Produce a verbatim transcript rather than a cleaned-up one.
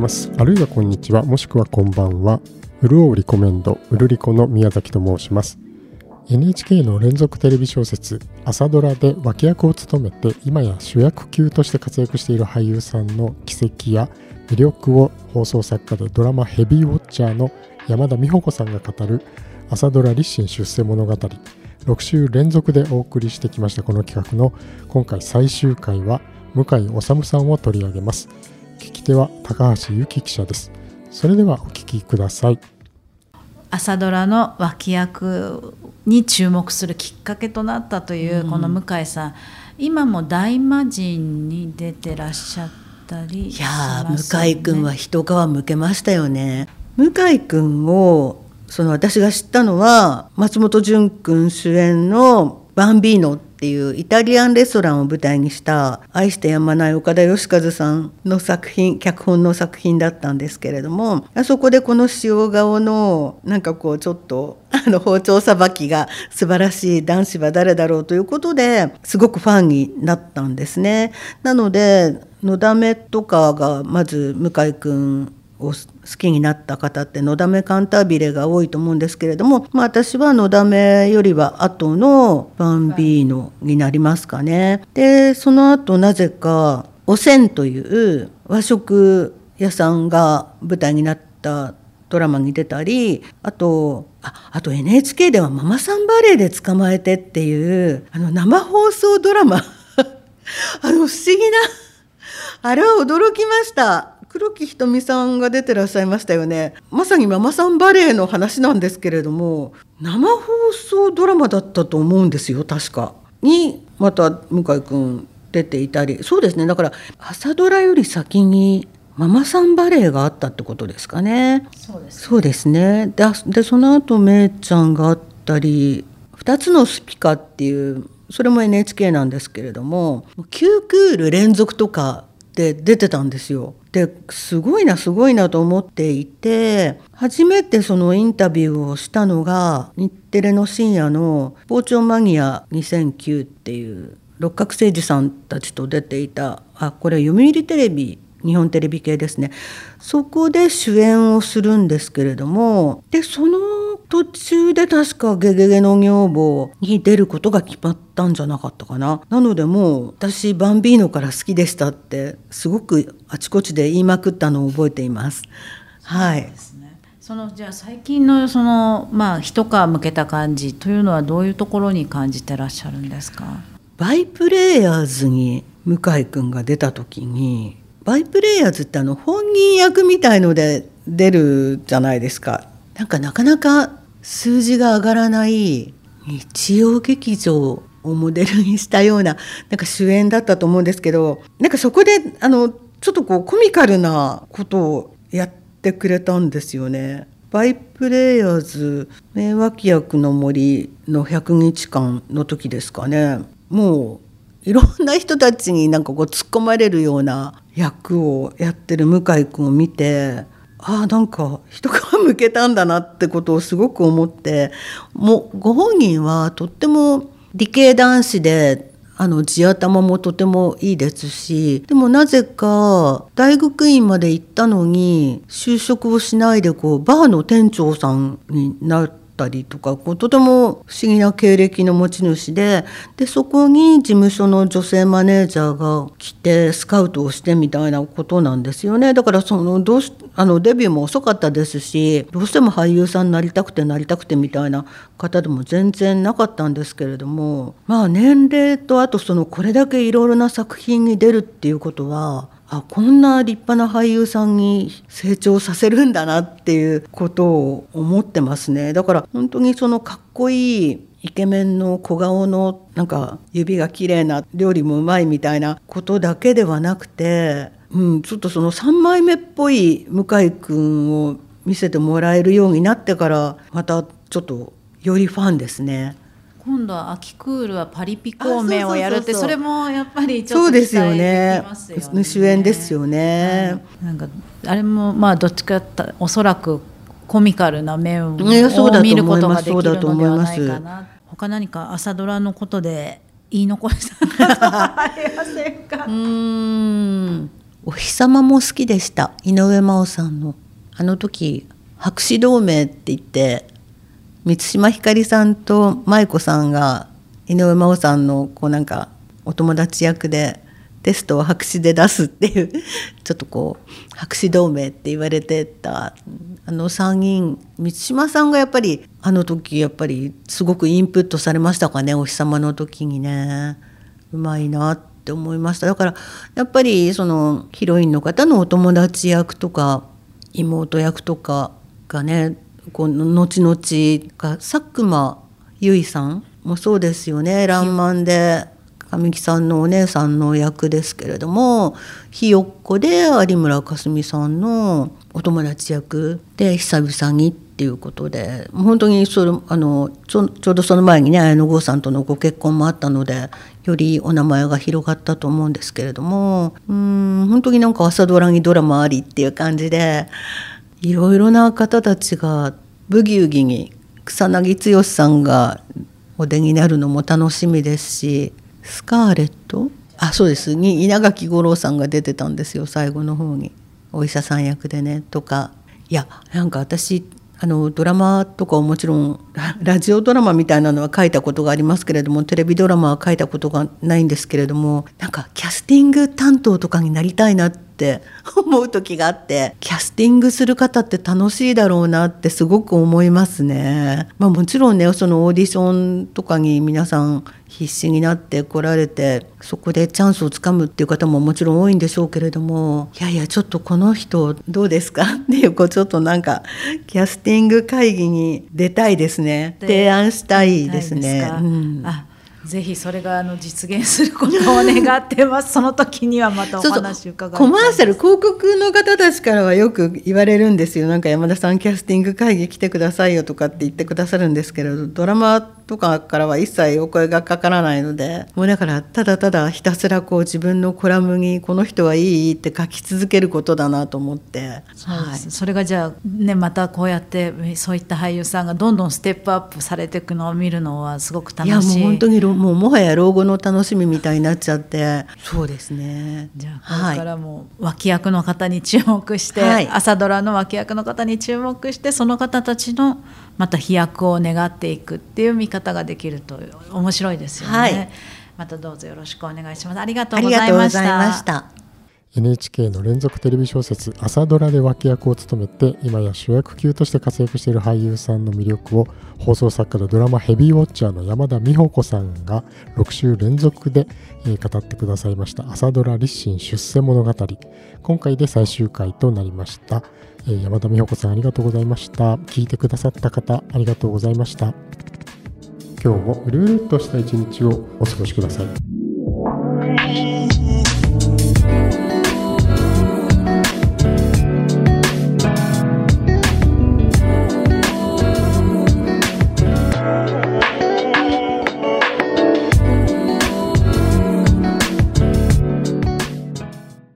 ます。あるいはこんにちは、もしくはこんばんは。うるおうリコメンド、うるりこの宮崎と申します。エヌエイチケー の連続テレビ小説朝ドラで脇役を務めて今や主役級として活躍している俳優さんの軌跡や魅力を放送作家でドラマヘビーウォッチャーの山田美穂子さんが語る朝ドラ立身出世物語、ろく週連続でお送りしてきましたこの企画の今回最終回は向井理さんを取り上げます。聞き手は高橋由紀記者です。それではお聞きください。 朝ドラの脇役に注目するきっかけとなったというこの向井さん、うん、今も大魔神に出てらっしゃったりしますよね。 いや向井くんは一皮むけましたよね。向井くんをその私が知ったのは松本潤くん主演のバンビーノっていうイタリアンレストランを舞台にした愛してやまない岡田義和さんの作品、脚本の作品だったんですけれども、あそこでこの塩顔のなんかこうちょっとあの包丁さばきが素晴らしい男子は誰だろうということですごくファンになったんですね。なのでのだめとかがまず向井くんを好きになった方ってのだめカンタービレが多いと思うんですけれども、まあ、私はのだめよりは後のバンビーノになりますかね。でその後なぜかおせんという和食屋さんが舞台になったドラマに出たり、あとああと エヌエイチケー ではママさんバレーで捕まえてっていうあの生放送ドラマあの不思議なあれは驚きました。黒木瞳さんが出てらっしゃいましたよね。まさにママさんバレーの話なんですけれども、生放送ドラマだったと思うんですよ確かにまた向井くん出ていたり、そうですね、だから朝ドラより先にママさんバレーがあったってことですかね。 そうですね。 そうですね。で、でその後めいちゃんがあったり、ふたつのスピカっていうそれも エヌエイチケー なんですけれどもきゅうクール連続とかで出てたんですよ。ですごいなすごいなと思っていて、初めてそのインタビューをしたのが日テレの深夜の包丁マニアにせんきゅうっていう六角誠児さんたちと出ていた、あこれ読売テレビ日本テレビ系ですね。そこで主演をするんですけれども、でその途中で確かゲゲゲの女房に出ることが決まったんじゃなかったかな。なのでもう私バンビーノから好きでしたってすごくあちこちで言いまくったのを覚えています。はい。そうですね。 そのじゃあ最近のそのまあ一皮むけた感じというのはどういうところに感じてらっしゃるんですか。 バイプレイヤーズに向井くんが出た時に、バイプレイヤーズってあの本人役みたいので出るじゃないですか。なんかなかなか数字が上がらない日曜劇場をモデルにしたようななんか主演だったと思うんですけど、なんかそこであのちょっとこうコミカルなことをやってくれたんですよね。バイプレイヤーズ名脇役の森のひゃくにちかんの時ですかね。もういろんな人たちになんかこう突っ込まれるような役をやってる向井くんを見て、ああなんか一皮むけたんだなってことをすごく思って、もうご本人はとっても理系男子であの地頭もとてもいいですし、でもなぜか大学院まで行ったのに就職をしないでこうバーの店長さんになってたりとか、こうとても不思議な経歴の持ち主で、でそこに事務所の女性マネージャーが来てスカウトをしてみたいなことなんですよね。だからそのどうしあのデビューも遅かったですし、どうしても俳優さんになりたくてなりたくてみたいな方でも全然なかったんですけれども、まあ年齢とあとそのこれだけいろいろな作品に出るっていうことは、あこんな立派な俳優さんに成長させるんだなっていうことを思ってますね。だから本当にそのかっこいいイケメンの小顔のなんか指が綺麗な料理もうまいみたいなことだけではなくて、うん、ちょっとそのさんまいめっぽい向井くんを見せてもらえるようになってからまたちょっとよりファンですね。 今度は秋クールはパリピ孔明をやるって、それもやっぱりちょっとそうですよ期待でね。 きますよね。 主演ですよね。 はい、なんかあれもまあどっちかっておそらくコミカルな面を見ることができるのではないかな。他何か朝ドラのことで言い残したことはありませんか。 うーんお日様も好きでした。井上真央さんのあの時白紙同盟って言って満島ひかりさんと舞子さんが井上真央さんのこうなんかお友達役でテストを白紙で出すっていうちょっとこう白紙同盟って言われてたあのさんにん、満島さんがやっぱりあの時やっぱりすごくインプットされましたかね。お日様の時にね、うまいなって思いました。だからやっぱりそのヒロインの方のお友達役とか妹役とかがね、こう後々が佐久間由衣さんもそうですよね。らんまんで神木さんのお姉さんの役ですけれども、ひよっこで有村架純さんのお友達役で久々にっていうことで、本当にそれあのちょ、ちょうどその前にね綾野剛さんとのご結婚もあったので、よりお名前が広がったと思うんですけれども、うーん本当になんか朝ドラにドラマありっていう感じで、いろいろな方たちがブギウギに草薙剛さんがお出になるのも楽しみですし、スカーレットあそうですに稲垣吾郎さんが出てたんですよ、最後の方にお医者さん役でねとか。いやなんか私あのドラマとかをもちろんラジオドラマみたいなのは書いたことがありますけれども、テレビドラマは書いたことがないんですけれども、なんかキャスティング担当とかになりたいなって思う時があって、キャスティングする方って楽しいだろうなってすごく思いますね。まあ、もちろんねそのオーディションとかに皆さん必死になって来られて、そこでチャンスをつかむっていう方ももちろん多いんでしょうけれども、いやいやちょっとこの人どうですかっていうこうちょっとなんかキャスティング会議に出たいですね。提案したいですね。 うん、あぜひそれがあの実現することを願ってます。その時にはまたお話伺いたい。 コマーシャル広告の方たちからはよく言われるんですよ。なんか山田さんキャスティング会議来てくださいよとかって言ってくださるんですけれど、ドラマとかからは一切お声がかからないので、もうだからただただひたすらこう自分のコラムにこの人はいいって書き続けることだなと思って、 そうです、はい、それがじゃあねまたこうやってそういった俳優さんがどんどんステップアップされていくのを見るのはすごく楽しい。いやもう本当にもうもはや老後の楽しみみたいになっちゃって。そうですね。 じゃあこれからも脇役の方に注目して、はい、朝ドラの脇役の方に注目して、その方たちのまた飛躍を願っていくっていう見方ができると面白いですよね、はい、またどうぞよろしくお願いします。ありがとうございました。ありがとうございました。 エヌエイチケー の連続テレビ小説朝ドラで脇役を務めて今や主役級として活躍している俳優さんの魅力を放送作家でドラマヘビーウォッチャーの山田美穂子さんがろく週連続で語ってくださいました朝ドラ立身出世物語、今回で最終回となりました。山田美穂子さんありがとうございました。聞いてくださった方ありがとうございました。今日もうるうるっとした一日をお過ごしください。